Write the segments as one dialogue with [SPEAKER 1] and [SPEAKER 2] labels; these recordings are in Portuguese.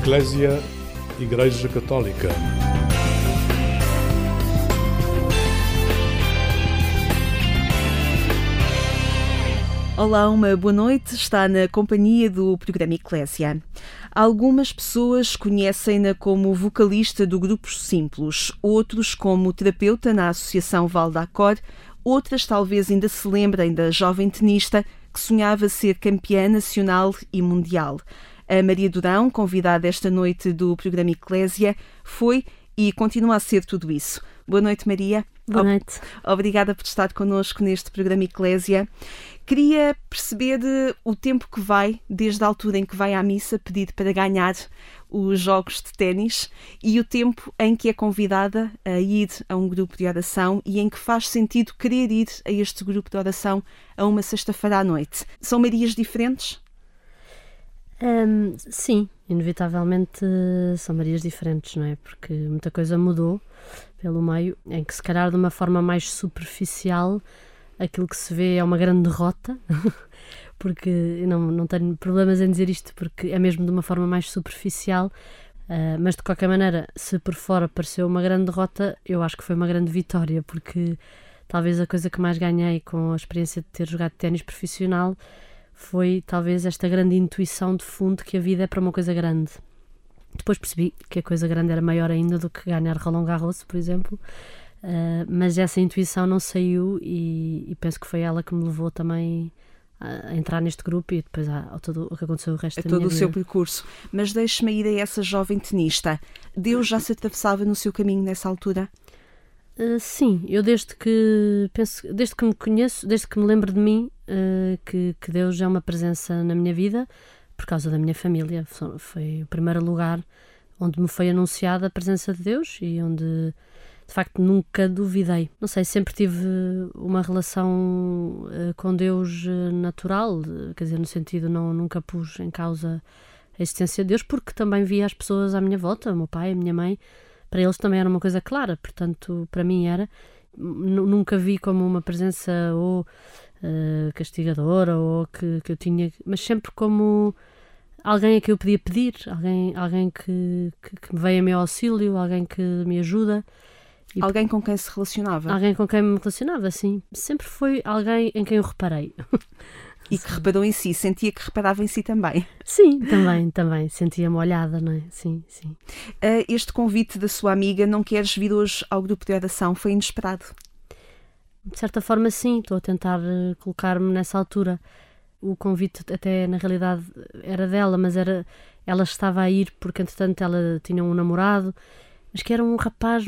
[SPEAKER 1] Eclésia, Igreja Católica.
[SPEAKER 2] Olá, uma boa noite. Está na companhia do programa Eclésia. Algumas pessoas conhecem-na como vocalista do Grupo Simplos, outros como terapeuta na Associação Val d'Acor, outras talvez ainda se lembrem da jovem tenista que sonhava ser campeã nacional e mundial. A Maria Durão, convidada esta noite do programa Eclésia, foi e continua a ser tudo isso. Boa noite, Maria.
[SPEAKER 3] Boa noite.
[SPEAKER 2] Obrigada por estar connosco neste programa Eclésia. Queria perceber o tempo que vai, desde a altura em que vai à missa pedir para ganhar os jogos de ténis e o tempo em que é convidada a ir a um grupo de oração e em que faz sentido querer ir a este grupo de oração a uma sexta-feira à noite. São Marias diferentes?
[SPEAKER 3] Sim, inevitavelmente são Marias diferentes, não é? Porque muita coisa mudou pelo meio, em que se calhar de uma forma mais superficial aquilo que se vê é uma grande derrota, porque eu não tenho problemas em dizer isto, porque é mesmo de uma forma mais superficial, mas de qualquer maneira, se por fora pareceu uma grande derrota, eu acho que foi uma grande vitória, porque talvez a coisa que mais ganhei com a experiência de ter jogado ténis profissional foi talvez esta grande intuição de fundo que a vida é para uma coisa grande. Depois percebi que a coisa grande era maior ainda do que ganhar Roland Garros, por exemplo, mas essa intuição não saiu e penso que foi ela que me levou também a entrar neste grupo e depois a todo o que aconteceu o resto da minha vida.
[SPEAKER 2] A todo o seu percurso. Mas deixe-me ir a essa jovem tenista. Deus já se atravessava no seu caminho nessa altura?
[SPEAKER 3] Sim, eu desde que me conheço, desde que me lembro de mim, que Deus é uma presença na minha vida por causa da minha família. Foi o primeiro lugar onde me foi anunciada a presença de Deus e onde de facto nunca duvidei. Não sei, sempre tive uma relação com Deus natural, quer dizer, no sentido nunca pus em causa a existência de Deus, porque também via as pessoas à minha volta, o meu pai, a minha mãe, para eles também era uma coisa clara, portanto, para mim era. Nunca vi como uma presença ou castigadora ou que eu tinha, mas sempre como alguém a quem eu podia pedir, alguém que me veio a meu auxílio, alguém que me ajuda.
[SPEAKER 2] Alguém com quem se relacionava?
[SPEAKER 3] Alguém com quem me relacionava, sim. Sempre foi alguém em quem eu reparei.
[SPEAKER 2] E que reparou em si, sentia que reparava em si também.
[SPEAKER 3] Sim, também. Sentia-me olhada, não é? Sim.
[SPEAKER 2] Este convite da sua amiga, não queres vir hoje ao grupo de oração, foi inesperado?
[SPEAKER 3] De certa forma, sim. Estou a tentar colocar-me nessa altura. O convite até, na realidade, era dela, mas ela estava a ir porque, entretanto, ela tinha um namorado, mas que era um rapaz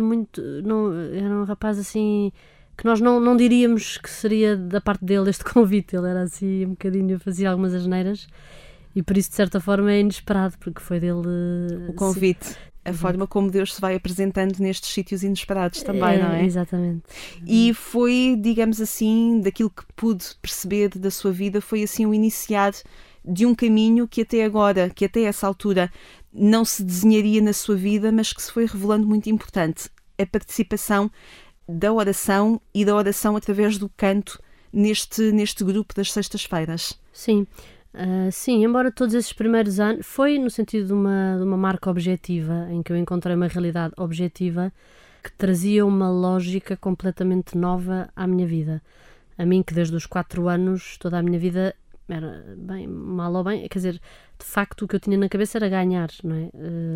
[SPEAKER 3] era um rapaz assim que nós não diríamos que seria da parte dele este convite. Ele era assim um bocadinho, fazia algumas asneiras e por isso de certa forma é inesperado, porque foi dele
[SPEAKER 2] o convite, sim. A forma como Deus se vai apresentando nestes sítios inesperados também, não é?
[SPEAKER 3] Exatamente.
[SPEAKER 2] E foi, digamos assim, daquilo que pude perceber da sua vida, foi assim o iniciar de um caminho que até agora, que até essa altura não se desenharia na sua vida, mas que se foi revelando muito importante. A participação da oração e da oração através do canto neste grupo das sextas-feiras.
[SPEAKER 3] Sim. Sim, embora todos esses primeiros anos foi no sentido de uma marca objetiva, em que eu encontrei uma realidade objetiva que trazia uma lógica completamente nova à minha vida. A mim, que desde os 4 anos, toda a minha vida era bem, mal ou bem, quer dizer, de facto o que eu tinha na cabeça era ganhar, não é?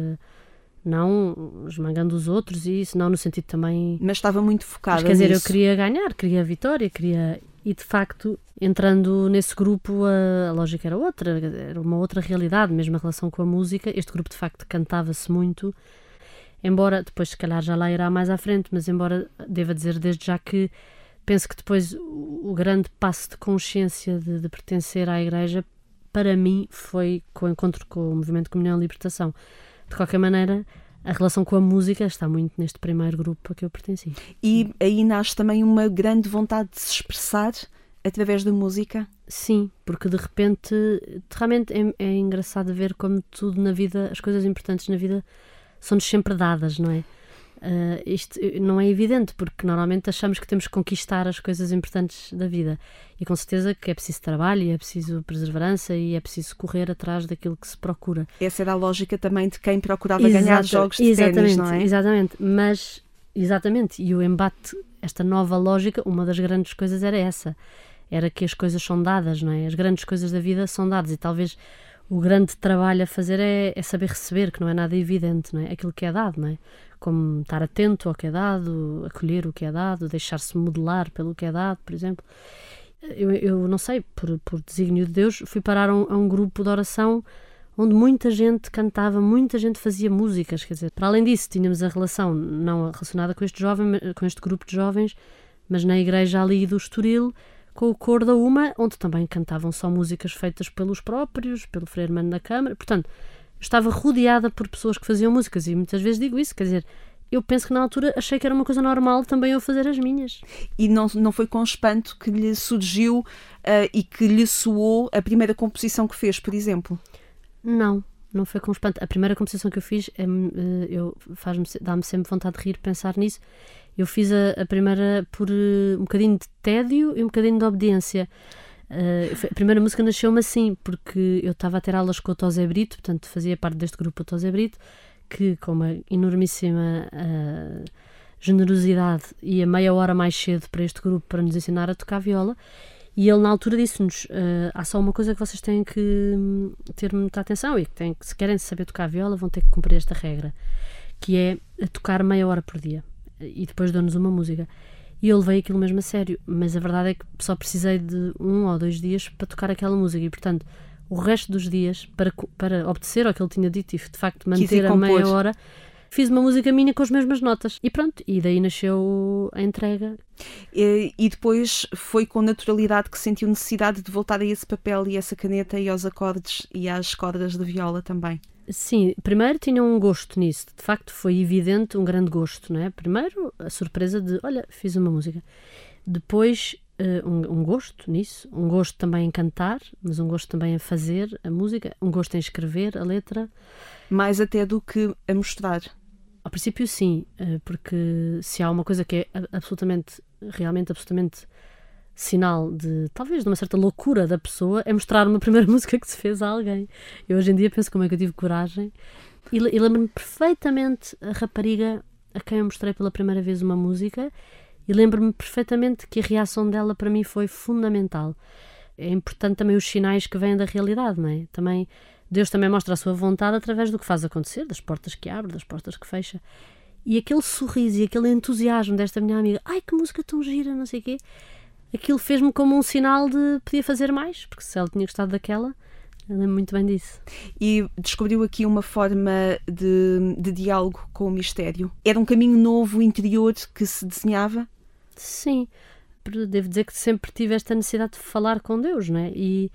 [SPEAKER 3] Não esmagando os outros e isso, não no sentido também...
[SPEAKER 2] Mas estava muito focada
[SPEAKER 3] nisso. Quer dizer,
[SPEAKER 2] nisso.
[SPEAKER 3] Eu queria ganhar, queria a vitória, e de facto, entrando nesse grupo, a lógica era outra, era uma outra realidade, mesmo a relação com a música. Este grupo de facto cantava-se muito, embora, depois se calhar já lá irá mais à frente, mas embora deva dizer desde já que penso que depois o grande passo de consciência de pertencer à Igreja, para mim, foi com o encontro com o Movimento de Comunhão e Libertação. De qualquer maneira, a relação com a música está muito neste primeiro grupo a que eu pertenci.
[SPEAKER 2] E aí nasce também uma grande vontade de se expressar através da música?
[SPEAKER 3] Sim, porque de repente, realmente é engraçado ver como tudo na vida, as coisas importantes na vida, são-nos sempre dadas, não é? Isto não é evidente, porque normalmente achamos que temos que conquistar as coisas importantes da vida. E com certeza que é preciso trabalho, e é preciso perseverança, e é preciso correr atrás daquilo que se procura.
[SPEAKER 2] Essa era a lógica também de quem procurava ganhar jogos de ténis, não é?
[SPEAKER 3] Exatamente, exatamente, e o embate, esta nova lógica, uma das grandes coisas era essa. Era que as coisas são dadas, não é? As grandes coisas da vida são dadas, e talvez o grande trabalho a fazer é saber receber, que não é nada evidente, não é? Aquilo que é dado, não é? Como estar atento ao que é dado, acolher o que é dado, deixar-se modelar pelo que é dado, por exemplo. Eu não sei, por desígnio de Deus, fui parar a um grupo de oração onde muita gente cantava, muita gente fazia músicas, quer dizer, para além disso tínhamos a relação não relacionada com este grupo de jovens, mas na igreja ali do Estoril, com o coro da UMA, onde também cantavam só músicas feitas pelos próprios, pelo Frei Armando da Câmara. Portanto, estava rodeada por pessoas que faziam músicas, e muitas vezes digo isso, quer dizer, eu penso que na altura achei que era uma coisa normal também eu fazer as minhas.
[SPEAKER 2] E não foi com espanto que lhe surgiu e que lhe soou a primeira composição que fez, por exemplo?
[SPEAKER 3] Não foi com espanto. A primeira composição que eu fiz, dá-me sempre vontade de rir pensar nisso. Eu fiz a primeira por um bocadinho de tédio e um bocadinho de obediência. A primeira música nasceu-me assim, porque eu estava a ter aulas com o Tosé Brito, portanto fazia parte deste grupo o Tosé Brito, que com uma enormíssima generosidade ia meia hora mais cedo para este grupo para nos ensinar a tocar viola. E ele na altura disse-nos, há só uma coisa que vocês têm que ter muita atenção, e que se querem saber tocar viola vão ter que cumprir esta regra, que é tocar meia hora por dia. E depois deu-nos uma música. E eu levei aquilo mesmo a sério, mas a verdade é que só precisei de 1 ou 2 dias para tocar aquela música, e portanto o resto dos dias, para obedecer ao que ele tinha dito e de facto manter a meia hora, fiz uma música minha com as mesmas notas. E pronto, e daí nasceu a entrega.
[SPEAKER 2] E depois foi com naturalidade que sentiu necessidade de voltar a esse papel e essa caneta e aos acordes e às cordas de viola também?
[SPEAKER 3] Sim, primeiro tinha um gosto nisso. De facto foi evidente um grande gosto, não é? Primeiro a surpresa de, olha, fiz uma música. Depois um gosto nisso, um gosto também em cantar, mas um gosto também em fazer a música, um gosto em escrever a letra.
[SPEAKER 2] Mais até do que a mostrar.
[SPEAKER 3] Ao princípio sim, porque se há uma coisa que é realmente absolutamente sinal de, talvez, de uma certa loucura da pessoa, é mostrar uma primeira música que se fez a alguém. Eu hoje em dia penso como é que eu tive coragem, e lembro-me perfeitamente a rapariga a quem eu mostrei pela primeira vez uma música, e lembro-me perfeitamente que a reação dela para mim foi fundamental. É importante também os sinais que vêm da realidade, não é? Também Deus também mostra a sua vontade através do que faz acontecer, das portas que abre, das portas que fecha. E aquele sorriso e aquele entusiasmo desta minha amiga, ai que música tão gira, não sei o quê, aquilo fez-me como um sinal de podia fazer mais, porque se ela tinha gostado daquela, eu lembro muito bem disso.
[SPEAKER 2] E descobriu aqui uma forma de diálogo com o mistério. Era um caminho novo, interior, que se desenhava?
[SPEAKER 3] Sim, devo dizer que sempre tive esta necessidade de falar com Deus, não é?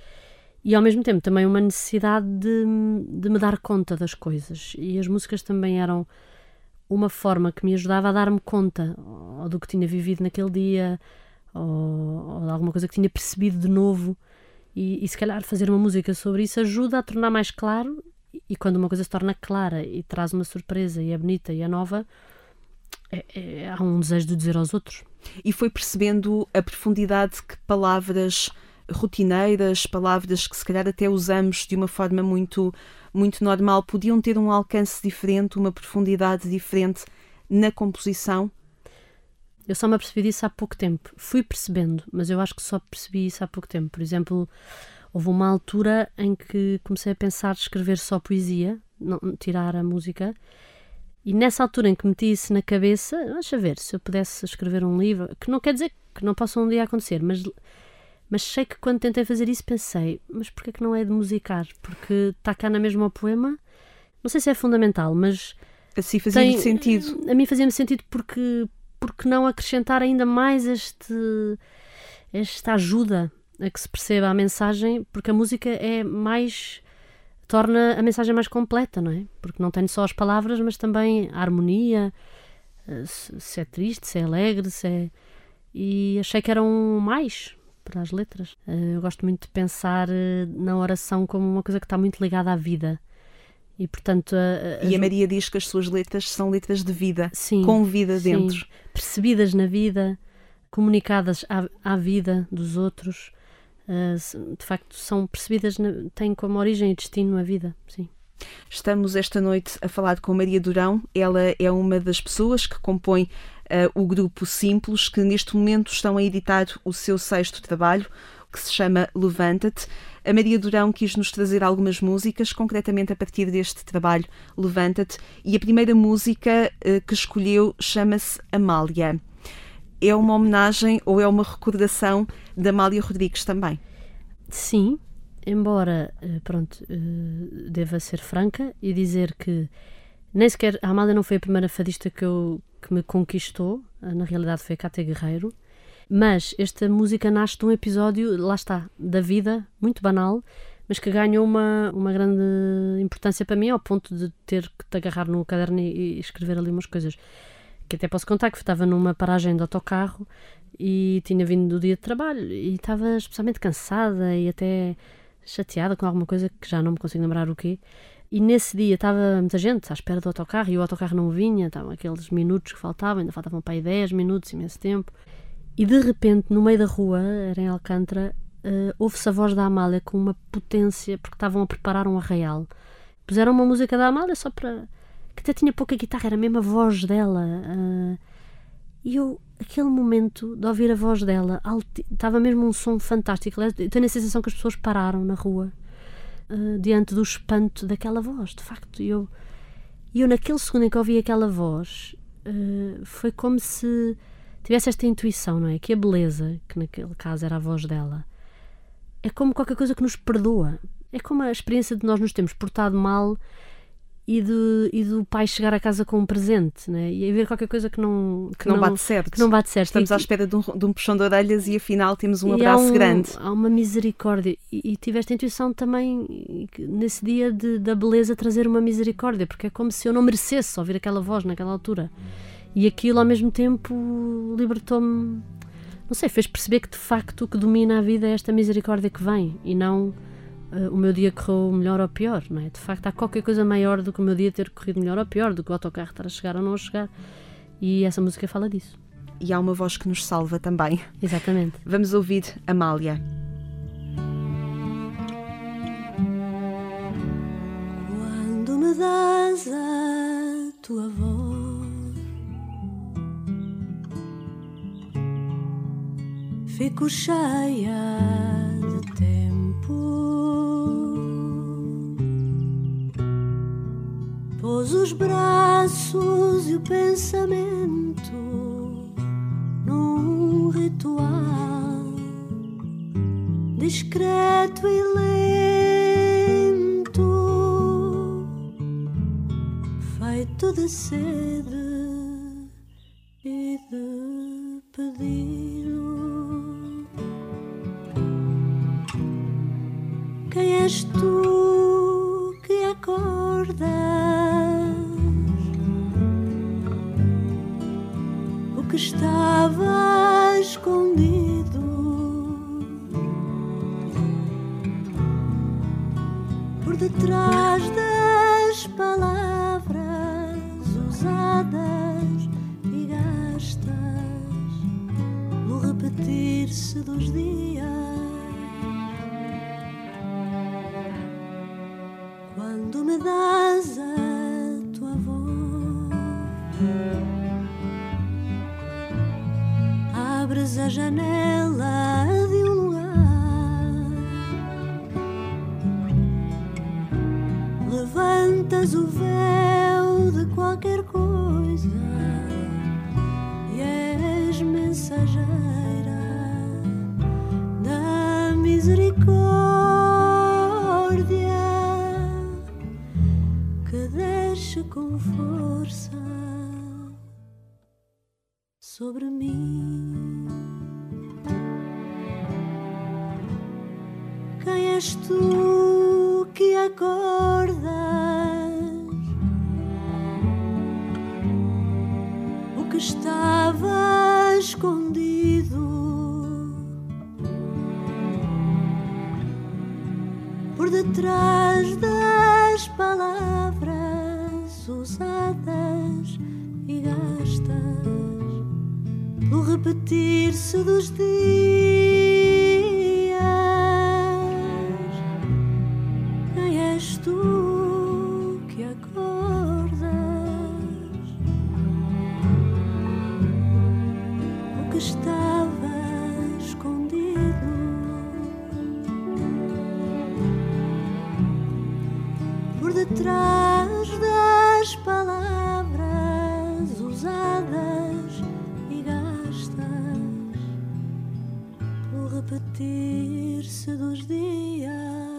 [SPEAKER 3] E ao mesmo tempo também uma necessidade de me dar conta das coisas. E as músicas também eram uma forma que me ajudava a dar-me conta ou do que tinha vivido naquele dia, ou de alguma coisa que tinha percebido de novo. E se calhar fazer uma música sobre isso ajuda a tornar mais claro, e quando uma coisa se torna clara e traz uma surpresa e é bonita e é nova, há um desejo de dizer aos outros.
[SPEAKER 2] E foi percebendo a profundidade que palavras rotineiras, palavras que se calhar até usamos de uma forma muito, muito normal, podiam ter um alcance diferente, uma profundidade diferente na composição?
[SPEAKER 3] Eu só me apercebi disso há pouco tempo. Fui percebendo, mas eu acho que só percebi isso há pouco tempo. Por exemplo, houve uma altura em que comecei a pensar de escrever só poesia, não, tirar a música, e nessa altura em que meti isso na cabeça, deixa ver, se eu pudesse escrever um livro, que não quer dizer que não possa um dia acontecer, mas sei que quando tentei fazer isso pensei, mas porquê que não é de musicar? Porque está cá na mesma o poema, não sei se é fundamental, mas
[SPEAKER 2] assim fazia-lhe sentido.
[SPEAKER 3] A mim fazia-me sentido porque não acrescentar ainda mais esta ajuda a que se perceba a mensagem, porque a música torna a mensagem mais completa, não é? Porque não tem só as palavras, mas também a harmonia, se é triste, se é alegre, e achei que era mais para as letras. Eu gosto muito de pensar na oração como uma coisa que está muito ligada à vida, E, portanto,
[SPEAKER 2] E a Maria diz que as suas letras são letras de vida,
[SPEAKER 3] sim,
[SPEAKER 2] com vida
[SPEAKER 3] sim,
[SPEAKER 2] dentro.
[SPEAKER 3] percebidas na vida, comunicadas à vida dos outros. De facto, são percebidas, têm como origem e destino a vida, sim.
[SPEAKER 2] Estamos esta noite a falar com Maria Durão. Ela é uma das pessoas que compõe o grupo Simplos, que neste momento estão a editar o seu 6º trabalho, que se chama Levanta-te. A Maria Durão quis-nos trazer algumas músicas, concretamente a partir deste trabalho Levanta-te, e a primeira música que escolheu chama-se Amália. É uma homenagem ou é uma recordação da Amália Rodrigues também?
[SPEAKER 3] Sim, embora, deva ser franca e dizer que nem sequer a Amália não foi a primeira fadista que me conquistou, na realidade foi a Cátia Guerreiro, mas esta música nasce de um episódio, lá está, da vida, muito banal, mas que ganhou uma grande importância para mim, ao ponto de ter que te agarrar no caderno e escrever ali umas coisas. Que até posso contar que estava numa paragem de autocarro e tinha vindo do dia de trabalho e estava especialmente cansada e até chateada com alguma coisa que já não me consigo lembrar o quê. E nesse dia estava muita gente à espera do autocarro e o autocarro não vinha, estavam aqueles minutos que faltavam, ainda faltavam para aí 10 minutos, imenso tempo. E de repente, no meio da rua, era em Alcântara, ouve-se a voz da Amália com uma potência, porque estavam a preparar um arraial. Puseram uma música da Amália só para... que até tinha pouca guitarra, era mesmo a voz dela. E eu, aquele momento de ouvir a voz dela, estava mesmo um som fantástico. Eu tenho a sensação que as pessoas pararam na rua, diante do espanto daquela voz, de facto. E eu naquele segundo em que ouvi aquela voz, foi como se tivesse esta intuição, não é? Que a beleza, que naquele caso era a voz dela, é como qualquer coisa que nos perdoa. É como a experiência de nós nos termos portado mal e do pai chegar a casa com um presente, né? E haver qualquer coisa que não
[SPEAKER 2] bate certo.
[SPEAKER 3] Que não bate certo.
[SPEAKER 2] Estamos à espera de um puxão de orelhas e afinal temos um abraço grande.
[SPEAKER 3] Há uma misericórdia. E tiveste a intuição também, nesse dia, da beleza trazer uma misericórdia, porque é como se eu não merecesse ouvir aquela voz naquela altura. E aquilo, ao mesmo tempo, libertou-me, não sei, fez perceber que, de facto, o que domina a vida é esta misericórdia que vem, e não o meu dia correu melhor ou pior, não é? De facto, há qualquer coisa maior do que o meu dia ter corrido melhor ou pior, do que o autocarro estar a chegar ou não a chegar. E essa música fala disso.
[SPEAKER 2] E há uma voz que nos salva também.
[SPEAKER 3] Exatamente.
[SPEAKER 2] Vamos ouvir Amália.
[SPEAKER 4] Quando me dás a tua voz, fico cheia de tempo. Pôs os braços e o pensamento num ritual discreto e lento, feito de sede e de pedido. Quem és tu que acordas o que estava escondido por detrás das palavras usadas e gastas no repetir-se dos dias? Quando me dás a tua voz, abres a janela de um lugar, levantas o véu de qualquer coisa e és mensageira da misericórdia que desce com força sobre mim. Quem és tu que acordas o que estava escondido por detrás das palavras pelo repetir-se dos dias. Quem és tu que acordas? O que estava escondido por detrás das palavras usadas e gastas pelo repetir-se dos dias.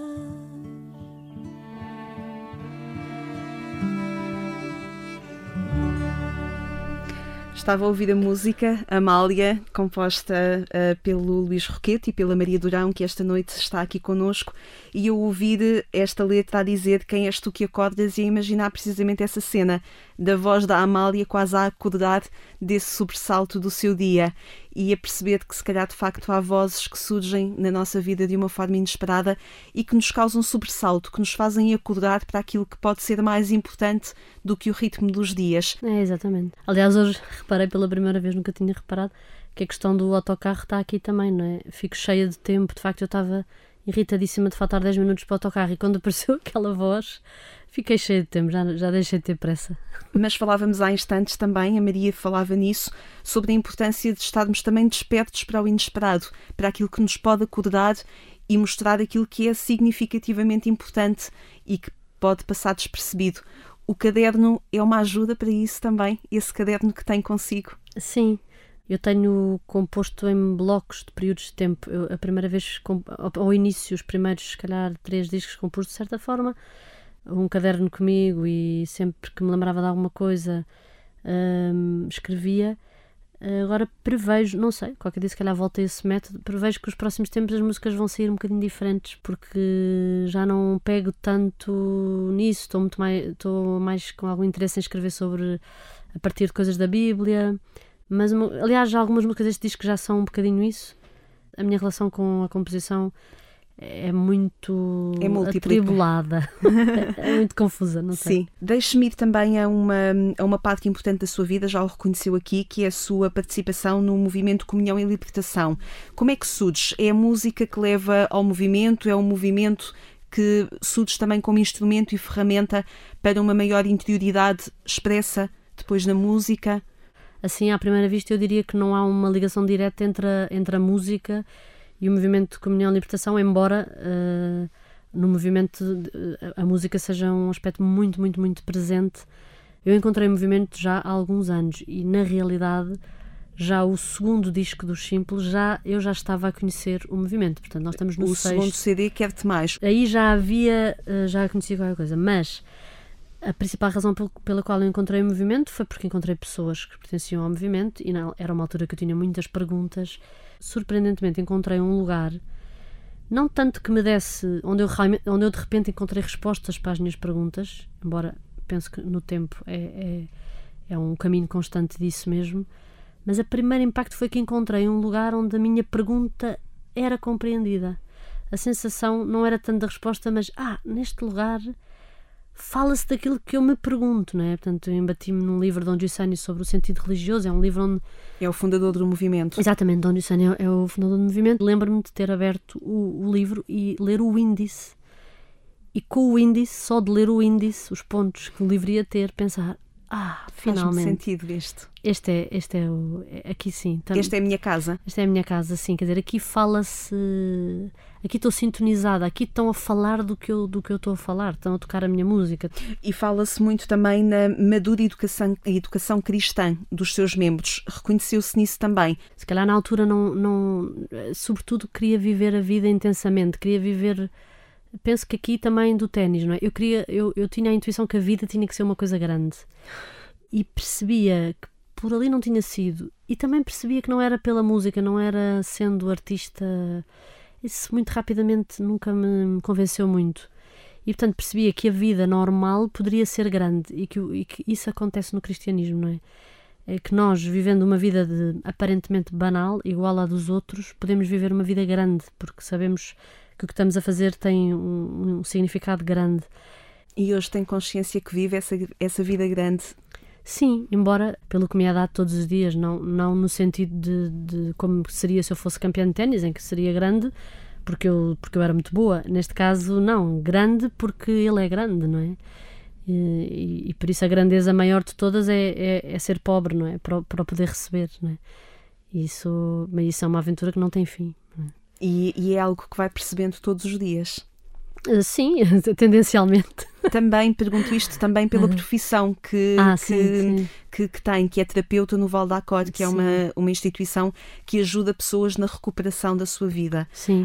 [SPEAKER 2] Estava a ouvir a música Amália, composta pelo Luís Roquete e pela Maria Durão, que esta noite está aqui connosco, e eu ouvir esta letra a dizer quem és tu que acordas e a imaginar precisamente essa cena da voz da Amália quase a acordar desse sobressalto do seu dia e a perceber que se calhar de facto há vozes que surgem na nossa vida de uma forma inesperada e que nos causam sobressalto, que nos fazem acordar para aquilo que pode ser mais importante do que o ritmo dos dias.
[SPEAKER 3] É, exatamente. Aliás, hoje reparei pela primeira vez, nunca tinha reparado, que a questão do autocarro está aqui também, não é? Fico cheia de tempo, de facto eu estava irritadíssima de faltar 10 minutos para o autocarro e quando apareceu aquela voz fiquei cheia de tempo, já deixei de ter pressa.
[SPEAKER 2] Mas falávamos há instantes também, a Maria falava nisso, sobre a importância de estarmos também despertos para o inesperado, para aquilo que nos pode acordar e mostrar aquilo que é significativamente importante e que pode passar despercebido. O caderno é uma ajuda para isso também, esse caderno que tem consigo?
[SPEAKER 3] Sim, eu tenho composto em blocos de períodos de tempo. A primeira vez, ao início, os primeiros, se calhar, 3 discos compus de certa forma, um caderno comigo e sempre que me lembrava de alguma coisa escrevia. Agora prevejo, não sei, qualquer dia se calhar volta a esse método, prevejo que os próximos tempos as músicas vão sair um bocadinho diferentes porque já não pego tanto nisso, estou mais com algum interesse em escrever sobre a partir de coisas da Bíblia, mas aliás já algumas músicas deste disco já são um bocadinho isso. A minha relação com a composição é muito atribulada, é muito confusa, não sei.
[SPEAKER 2] Sim, deixe-me ir também a uma parte importante da sua vida, já o reconheceu aqui, que é a sua participação no movimento Comunhão e Libertação. Como é que surge? É a música que leva ao movimento? É um movimento que surge também como instrumento e ferramenta para uma maior interioridade expressa depois na música?
[SPEAKER 3] Assim, à primeira vista, eu diria que não há uma ligação direta entre a música e o movimento de Comunhão e Libertação, embora no movimento a música seja um aspecto muito, muito, muito presente. Eu encontrei o movimento já há alguns anos e, na realidade, já o segundo disco dos Simples, eu já estava a conhecer o movimento. Portanto, nós estamos no
[SPEAKER 2] sexto. O segundo CD, Quero-te Mais.
[SPEAKER 3] Aí já conhecia qualquer coisa, mas a principal razão pela qual eu encontrei o movimento foi porque encontrei pessoas que pertenciam ao movimento e era uma altura que eu tinha muitas perguntas. Surpreendentemente encontrei um lugar, não tanto que me desse, onde eu de repente encontrei respostas para as minhas perguntas, embora penso que no tempo é um caminho constante disso mesmo, mas o primeiro impacto foi que encontrei um lugar onde a minha pergunta era compreendida. A sensação não era tanto da resposta, mas neste lugar fala-se daquilo que eu me pergunto, não é? Portanto, eu embati-me num livro de Don Giussani sobre o sentido religioso, é um livro onde...
[SPEAKER 2] É o fundador do movimento.
[SPEAKER 3] Exatamente, Don Giussani é o fundador do movimento. Lembro-me de ter aberto o livro e ler o índice, e com o índice, só de ler o índice, os pontos que o livro ia ter, pensar, finalmente.
[SPEAKER 2] Faz-me sentido isto.
[SPEAKER 3] Este é o... Aqui sim.
[SPEAKER 2] Esta é a minha casa.
[SPEAKER 3] Esta é a minha casa, sim. Quer dizer, aqui fala-se... Aqui estou sintonizada, aqui estão a falar do que eu estou a falar, estão a tocar a minha música.
[SPEAKER 2] E fala-se muito também na madura educação cristã dos seus membros. Reconheceu-se nisso também?
[SPEAKER 3] Se calhar na altura não sobretudo queria viver a vida intensamente, queria viver... Penso que aqui também do ténis, não é? Eu tinha a intuição que a vida tinha que ser uma coisa grande. E percebia que por ali não tinha sido. E também percebia que não era pela música, não era sendo artista... Isso muito rapidamente nunca me convenceu muito. E, portanto, percebia que a vida normal poderia ser grande e que isso acontece no cristianismo, não é? É que nós, vivendo uma vida aparentemente banal, igual à dos outros, podemos viver uma vida grande, porque sabemos que o que estamos a fazer tem um significado grande.
[SPEAKER 2] E hoje tem consciência que vive essa vida grande?
[SPEAKER 3] Sim, embora, pelo que me é dado todos os dias, não no sentido de como seria se eu fosse campeã de ténis, em que seria grande, porque eu era muito boa. Neste caso, não. Grande porque ele é grande, não é? E por isso a grandeza maior de todas é ser pobre, não é? Para poder receber, não é? Mas isso é uma aventura que não tem fim. Não é?
[SPEAKER 2] E é algo que vai percebendo todos os dias.
[SPEAKER 3] Sim, tendencialmente.
[SPEAKER 2] Também pergunto isto também pela profissão que tem, que é terapeuta no Val d'Acor, que é uma instituição que ajuda pessoas na recuperação da sua vida,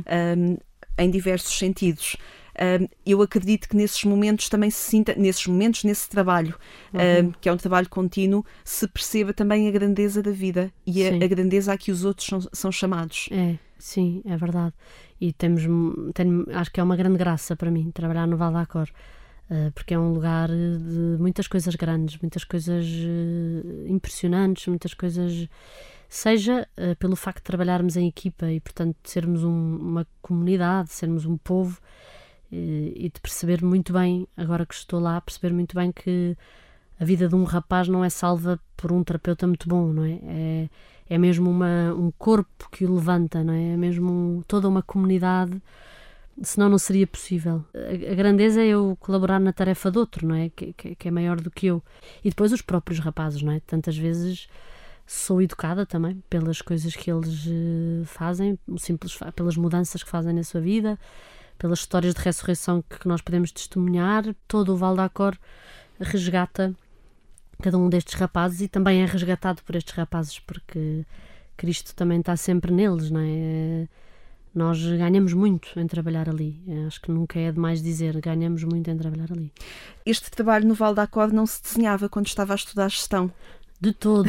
[SPEAKER 2] em diversos sentidos. Eu acredito que nesses momentos também se sinta, nesse trabalho, que é um trabalho contínuo, se perceba também a grandeza da vida e a grandeza a que os outros são chamados.
[SPEAKER 3] Sim, é verdade. E acho que é uma grande graça para mim trabalhar no Val d'Acor, porque é um lugar de muitas coisas grandes, muitas coisas impressionantes, muitas coisas, seja pelo facto de trabalharmos em equipa e, portanto, de sermos uma comunidade, sermos um povo, e de perceber muito bem, agora que estou lá, perceber muito bem que a vida de um rapaz não é salva por um terapeuta muito bom, não é? É mesmo um corpo que o levanta, não é? É mesmo toda uma comunidade, senão não seria possível. A grandeza é eu colaborar na tarefa de outro, não é? Que é maior do que eu. E depois os próprios rapazes, não é? Tantas vezes sou educada também pelas coisas que eles fazem, pelas mudanças que fazem na sua vida, pelas histórias de ressurreição que nós podemos testemunhar. Todo o Val d'Acor resgata cada um destes rapazes e também é resgatado por estes rapazes, porque Cristo também está sempre neles, não é? Nós ganhamos muito em trabalhar ali. Acho que nunca é demais dizer, ganhamos muito em trabalhar ali.
[SPEAKER 2] Este trabalho no Val d'Acor não se desenhava quando estava a estudar gestão?
[SPEAKER 3] De todo.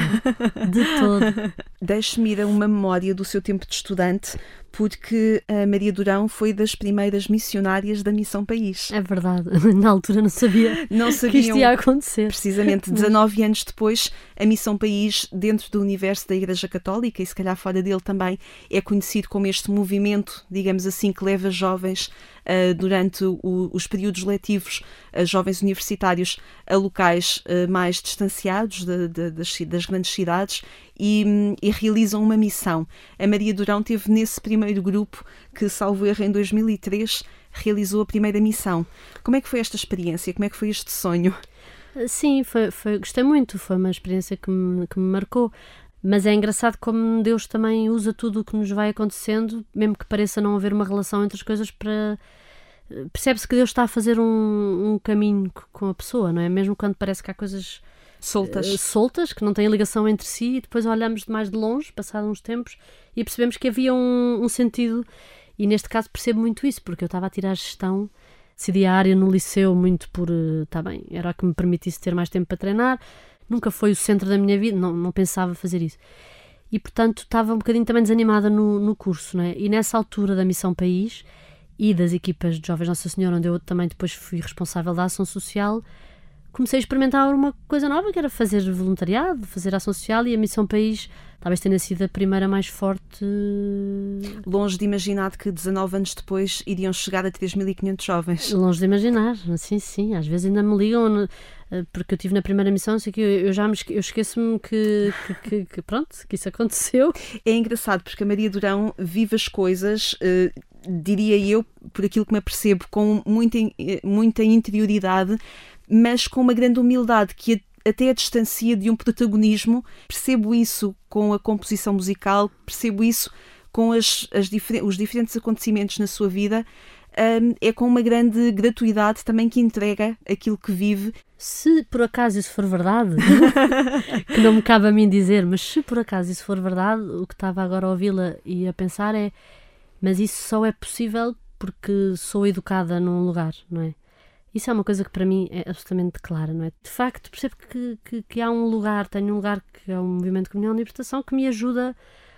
[SPEAKER 2] Deixe-me ir a uma memória do seu tempo de estudante, porque a Maria Durão foi das primeiras missionárias da Missão País.
[SPEAKER 3] É verdade, na altura não sabia que isto ia acontecer.
[SPEAKER 2] Precisamente 19 anos depois, a Missão País, dentro do universo da Igreja Católica e se calhar fora dele também, é conhecido como este movimento, digamos assim, que leva jovens durante os períodos letivos, jovens universitários, a locais mais distanciados das grandes cidades e realizam uma missão. A Maria Durão teve nesse primeiro grupo que, salvo erro, em 2003, realizou a primeira missão. Como é que foi esta experiência? Como é que foi este sonho?
[SPEAKER 3] Sim, gostei muito. Foi uma experiência que me marcou. Mas é engraçado como Deus também usa tudo o que nos vai acontecendo, mesmo que pareça não haver uma relação entre as coisas, percebe-se que Deus está a fazer um caminho com a pessoa, não é? Mesmo quando parece que há coisas soltas, que não têm ligação entre si, e depois olhamos de mais de longe, passados uns tempos, e percebemos que havia um sentido, e neste caso percebo muito isso, porque eu estava a tirar gestão, decidi a área no liceu muito por, era o que me permitisse ter mais tempo para treinar, nunca foi o centro da minha vida, não pensava fazer isso. E, portanto, estava um bocadinho também desanimada no curso, não é? E nessa altura da Missão País e das equipas de Jovens Nossa Senhora, onde eu também depois fui responsável da ação social, comecei a experimentar uma coisa nova, que era fazer voluntariado, fazer ação social, e a Missão País talvez tenha sido a primeira mais forte.
[SPEAKER 2] Longe de imaginar que 19 anos depois iriam chegar a 3.500 jovens.
[SPEAKER 3] Longe de imaginar, sim. Às vezes ainda me ligam, porque eu estive na primeira missão, não sei que eu esqueço-me que isso aconteceu.
[SPEAKER 2] É engraçado, porque a Maria Durão vive as coisas, diria eu, por aquilo que me apercebo, com muita interioridade, mas com uma grande humildade que até a distancia de um protagonismo. Percebo isso com a composição musical, percebo isso com os diferentes acontecimentos na sua vida. É com uma grande gratuidade também que entrega aquilo que vive.
[SPEAKER 3] Se por acaso isso for verdade, que não me cabe a mim dizer, mas se por acaso isso for verdade, o que estava agora a ouvi-la e a pensar é, mas isso só é possível porque sou educada num lugar, não é? Isso é uma coisa que para mim é absolutamente clara, não é? De facto, percebo que há um lugar, tenho um lugar que é o Movimento de Comunhão e Libertação, que me ajuda,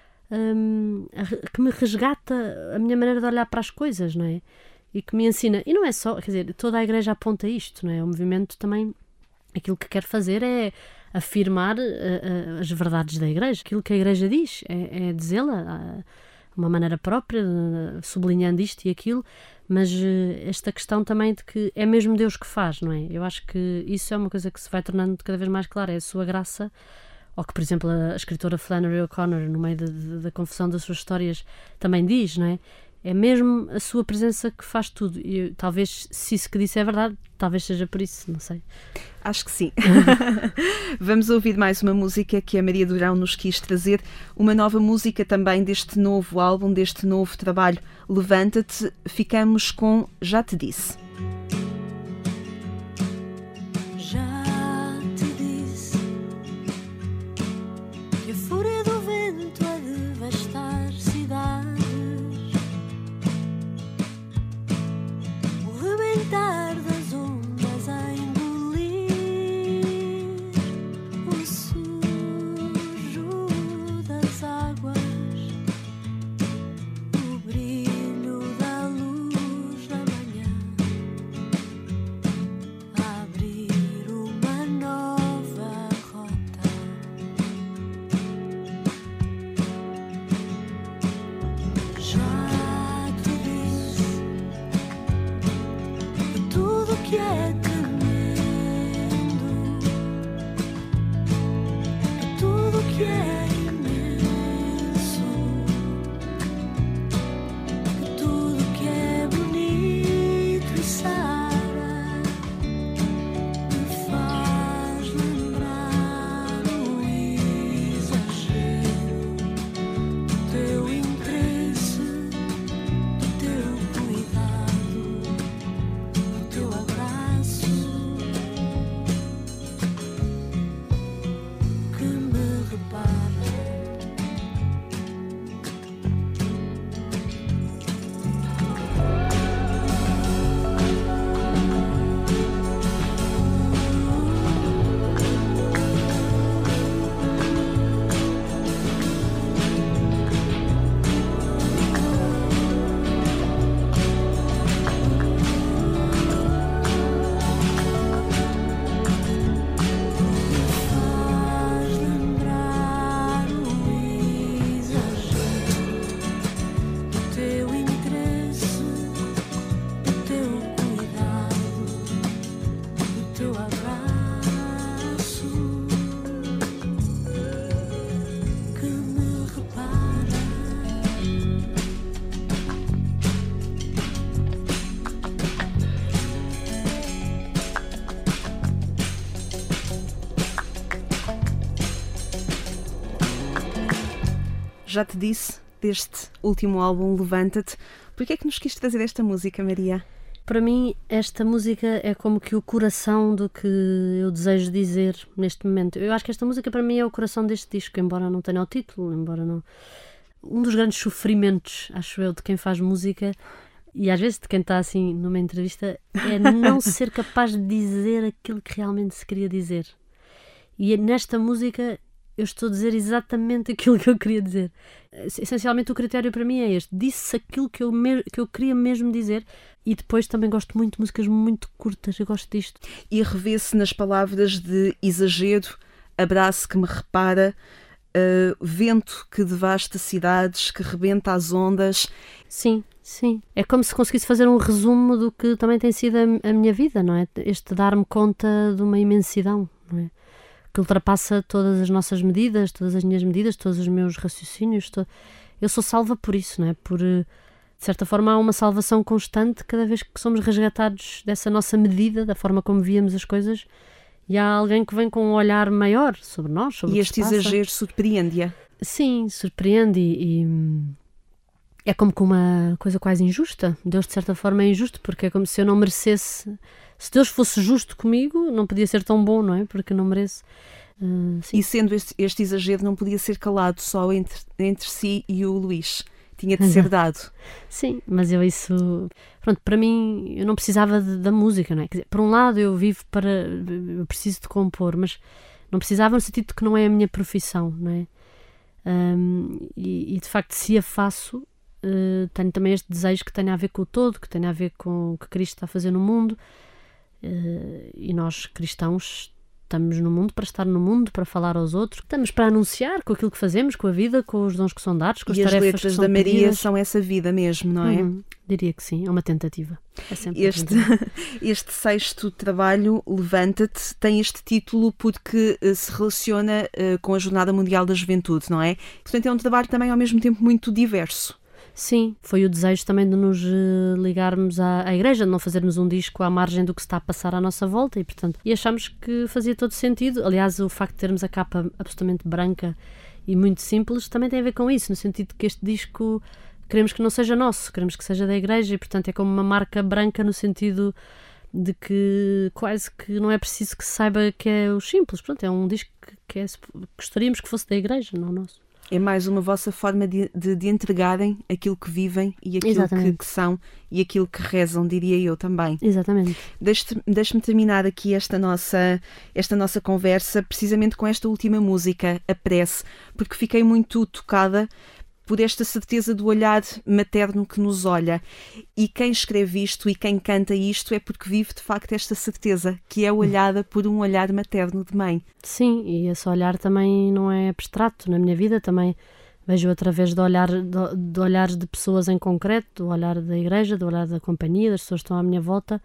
[SPEAKER 3] que me resgata a minha maneira de olhar para as coisas, não é? E que me ensina, e não é só, quer dizer, toda a Igreja aponta isto, não é? O movimento também, aquilo que quer fazer é afirmar as verdades da Igreja, aquilo que a Igreja diz, é dizê-la. uma maneira própria, sublinhando isto e aquilo, mas esta questão também de que é mesmo Deus que faz, não é? Eu acho que isso é uma coisa que se vai tornando cada vez mais clara, é a sua graça, ou que, por exemplo, a escritora Flannery O'Connor, no meio da confusão das suas histórias, também diz, não é? É mesmo a sua presença que faz tudo. E talvez, se isso que disse é verdade, talvez seja por isso, não sei.
[SPEAKER 2] Acho que sim. Vamos ouvir mais uma música que a Maria Durão nos quis trazer, uma nova música também deste novo álbum, deste novo trabalho, Levanta-te. Ficamos com Já Te Disse.
[SPEAKER 4] Já te disse que a fúria do vento há de devastar cidades, o rebentar das ondas a engolir o sujo das águas, o brilho da luz da manhã, a abrir uma nova rota. Já te disse que tudo que é tremendo, que tudo que é imenso, que tudo que é bonito e sara me faz lembrar o exagero do teu interesse, do teu cuidado, do teu abraço que me repara. Faz lembrar o exagero do teu interesse, do teu cuidado, do teu abraço que me repara.
[SPEAKER 2] Já Te Disse, deste último álbum, Levanta-te. Porquê é que nos quis trazer esta música, Maria?
[SPEAKER 3] Para mim, esta música é como que o coração do que eu desejo dizer neste momento. Eu acho que esta música para mim é o coração deste disco, embora não tenha o título, embora não... Um dos grandes sofrimentos, acho eu, de quem faz música, e às vezes de quem está assim numa entrevista, é não ser capaz de dizer aquilo que realmente se queria dizer. E nesta música eu estou a dizer exatamente aquilo que eu queria dizer. Essencialmente o critério para mim é este. Disse aquilo que eu queria mesmo dizer. E depois também gosto muito de músicas muito curtas. Eu gosto disto.
[SPEAKER 2] E revê-se nas palavras de exagero, abraço que me repara, vento que devasta cidades, que rebenta as ondas.
[SPEAKER 3] Sim, sim. É como se conseguisse fazer um resumo do que também tem sido a minha vida, não é? Este dar-me conta de uma imensidão, não é? Que ultrapassa todas as nossas medidas, todas as minhas medidas, todos os meus raciocínios. Eu sou salva por isso, não é? De certa forma há uma salvação constante cada vez que somos resgatados dessa nossa medida, da forma como víamos as coisas, e há alguém que vem com um olhar maior sobre nós, sobre
[SPEAKER 2] E
[SPEAKER 3] o que
[SPEAKER 2] este
[SPEAKER 3] se passa.
[SPEAKER 2] exagero surpreende-a.
[SPEAKER 3] Sim, surpreende e é como que uma coisa quase injusta. Deus, de certa forma, é injusto, porque é como se eu não merecesse... Se Deus fosse justo comigo, não podia ser tão bom, não é? Porque eu não mereço. Sim.
[SPEAKER 2] E sendo este exagero, não podia ser calado só entre si e o Luís. Tinha de ser dado.
[SPEAKER 3] Sim, mas eu isso... Pronto, para mim, eu não precisava da música, não é? Quer dizer, por um lado, eu vivo para... Eu preciso de compor, mas não precisava no sentido de que não é a minha profissão, não é? E de facto, se a faço, tenho também este desejo que tenha a ver com o todo, que tenha a ver com o que Cristo está a fazer no mundo. E nós, cristãos, estamos no mundo para estar no mundo, para falar aos outros, estamos para anunciar com aquilo que fazemos, com a vida, com os dons que são dados, com as tarefas
[SPEAKER 2] letras
[SPEAKER 3] que são
[SPEAKER 2] da Maria
[SPEAKER 3] pedidas.
[SPEAKER 2] são essa vida mesmo, não é?
[SPEAKER 3] Diria que sim, é uma tentativa. É sempre
[SPEAKER 2] Este 6º trabalho, Levanta-te, tem este título porque se relaciona com a Jornada Mundial da Juventude, não é? Portanto, é um trabalho também ao mesmo tempo muito diverso.
[SPEAKER 3] Sim, foi o desejo também de nos ligarmos à Igreja, de não fazermos um disco à margem do que se está a passar à nossa volta e achámos que fazia todo sentido. Aliás, o facto de termos a capa absolutamente branca e muito simples também tem a ver com isso, no sentido de que este disco queremos que não seja nosso, queremos que seja da Igreja e, portanto, é como uma marca branca no sentido de que quase que não é preciso que se saiba que é o simples. Portanto, é um disco que gostaríamos que fosse da Igreja, não nosso.
[SPEAKER 2] É mais uma vossa forma de entregarem aquilo que vivem e aquilo que são e aquilo que rezam, diria eu também.
[SPEAKER 3] Exatamente.
[SPEAKER 2] Deixe-me terminar aqui esta nossa conversa precisamente com esta última música, A Prece, porque fiquei muito tocada por esta certeza do olhar materno que nos olha. E quem escreve isto e quem canta isto é porque vive de facto esta certeza, que é olhada por um olhar materno de mãe.
[SPEAKER 3] Sim, e esse olhar também não é abstrato. Na minha vida também vejo através de olhares de pessoas em concreto, do olhar da Igreja, do olhar da companhia, das pessoas que estão à minha volta,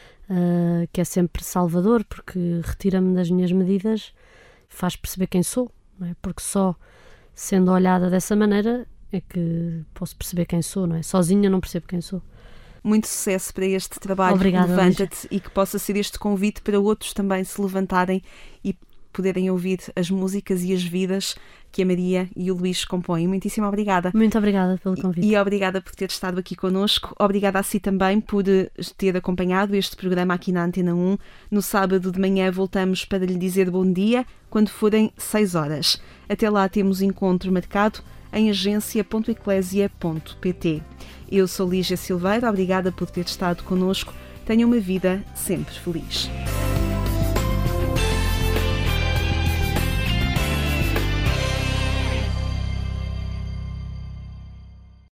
[SPEAKER 3] que é sempre salvador, porque retira-me das minhas medidas, faz perceber quem sou, não é? Porque só sendo olhada dessa maneira é que posso perceber quem sou, não é? Sozinha não percebo quem sou.
[SPEAKER 2] Muito sucesso para este trabalho.
[SPEAKER 3] Obrigada,
[SPEAKER 2] Levanta-te, e que possa ser este convite para outros também se levantarem e poderem ouvir as músicas e as vidas que a Maria e o Luís compõem. Muitíssimo obrigada.
[SPEAKER 3] Muito obrigada pelo convite.
[SPEAKER 2] E obrigada por ter estado aqui connosco. Obrigada a si também por ter acompanhado este programa aqui na Antena 1. No sábado de manhã voltamos para lhe dizer bom dia quando forem 6 horas. Até lá temos encontro marcado em agência.eclésia.pt. Eu sou Lígia Silveira, obrigada por ter estado connosco. Tenha uma vida sempre feliz.